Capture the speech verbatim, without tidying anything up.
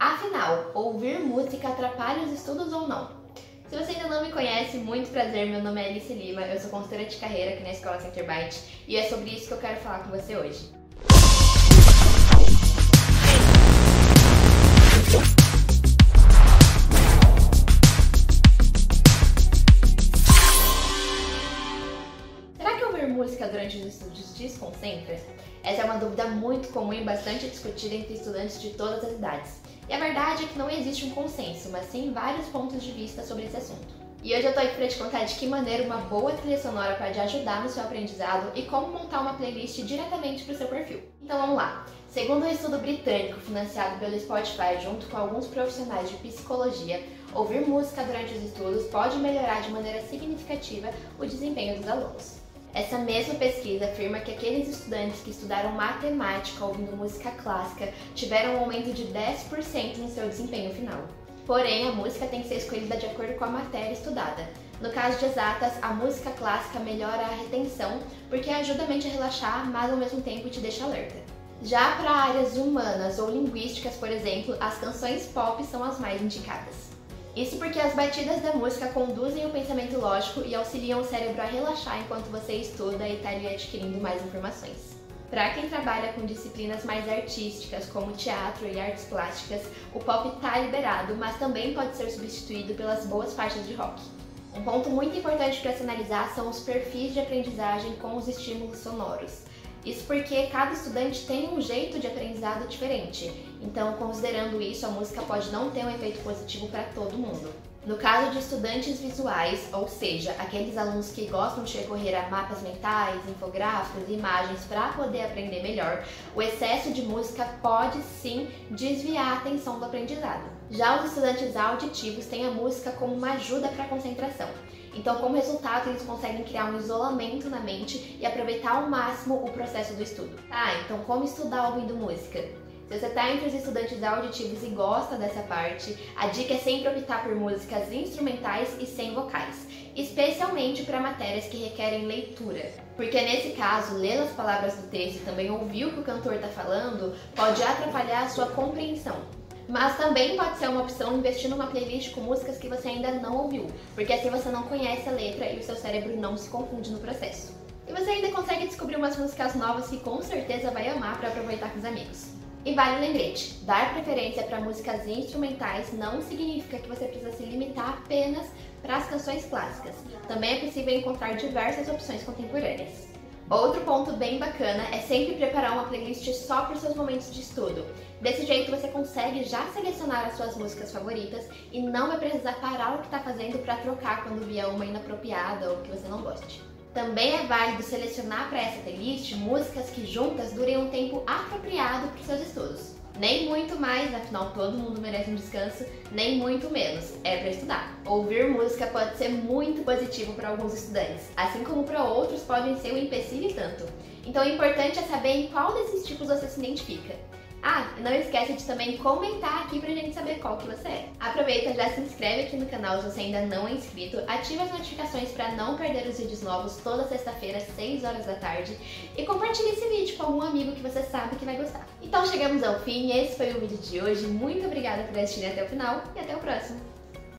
Afinal, ouvir música atrapalha os estudos ou não? Se você ainda não me conhece, muito prazer, meu nome é Alice Lima, eu sou consultora de carreira aqui na Escola Centerbyte e é sobre isso que eu quero falar com você hoje. Será que ouvir música durante os estudos desconcentra? Essa é uma dúvida muito comum e bastante discutida entre estudantes de todas as idades. E a verdade é que não existe um consenso, mas sim vários pontos de vista sobre esse assunto. E hoje eu tô aqui para te contar de que maneira uma boa trilha sonora pode ajudar no seu aprendizado e como montar uma playlist diretamente para o seu perfil. Então vamos lá! Segundo um estudo britânico financiado pelo Spotify junto com alguns profissionais de psicologia, ouvir música durante os estudos pode melhorar de maneira significativa o desempenho dos alunos. Essa mesma pesquisa afirma que aqueles estudantes que estudaram matemática ouvindo música clássica tiveram um aumento de dez por cento no seu desempenho final. Porém, a música tem que ser escolhida de acordo com a matéria estudada. No caso de exatas, a música clássica melhora a retenção porque ajuda a mente a relaxar, mas ao mesmo tempo te deixa alerta. Já para áreas humanas ou linguísticas, por exemplo, as canções pop são as mais indicadas. Isso porque as batidas da música conduzem o pensamento lógico e auxiliam o cérebro a relaxar enquanto você estuda e está ali adquirindo mais informações. Para quem trabalha com disciplinas mais artísticas, como teatro e artes plásticas, o pop está liberado, mas também pode ser substituído pelas boas faixas de rock. Um ponto muito importante para se analisar são os perfis de aprendizagem com os estímulos sonoros. Isso porque cada estudante tem um jeito de aprendizado diferente, então considerando isso, a música pode não ter um efeito positivo para todo mundo. No caso de estudantes visuais, ou seja, aqueles alunos que gostam de recorrer a mapas mentais, infográficos e imagens para poder aprender melhor, o excesso de música pode sim desviar a atenção do aprendizado. Já os estudantes auditivos têm a música como uma ajuda para a concentração. Então, como resultado, eles conseguem criar um isolamento na mente e aproveitar ao máximo o processo do estudo. Ah, então como estudar ouvindo música? Se você está entre os estudantes auditivos e gosta dessa parte, a dica é sempre optar por músicas instrumentais e sem vocais, especialmente para matérias que requerem leitura. Porque nesse caso, ler as palavras do texto e também ouvir o que o cantor está falando pode atrapalhar a sua compreensão. Mas também pode ser uma opção investir numa playlist com músicas que você ainda não ouviu, porque assim você não conhece a letra e o seu cérebro não se confunde no processo. E você ainda consegue descobrir umas músicas novas que com certeza vai amar para aproveitar com os amigos. E vale o lembrete, dar preferência para músicas instrumentais não significa que você precisa se limitar apenas para as canções clássicas. Também é possível encontrar diversas opções contemporâneas. Outro ponto bem bacana é sempre preparar uma playlist só para os seus momentos de estudo. Desse jeito você consegue já selecionar as suas músicas favoritas e não vai precisar parar o que está fazendo para trocar quando vier uma inapropriada ou que você não goste. Também é válido selecionar para essa playlist músicas que juntas durem um tempo apropriado para os seus estudos. Nem muito mais, afinal todo mundo merece um descanso, nem muito menos, é para estudar. Ouvir música pode ser muito positivo para alguns estudantes, assim como para outros podem ser um empecilho e tanto. Então o importante é saber em qual desses tipos você se identifica. Ah, não esquece de também comentar aqui pra gente saber qual que você é. Aproveita, já se inscreve aqui no canal se você ainda não é inscrito, ativa as notificações para não perder os vídeos novos toda sexta-feira, às seis horas da tarde e compartilhe esse vídeo com algum amigo que você sabe que vai gostar. Então chegamos ao fim, esse foi o vídeo de hoje, muito obrigada por assistir até o final e até o próximo!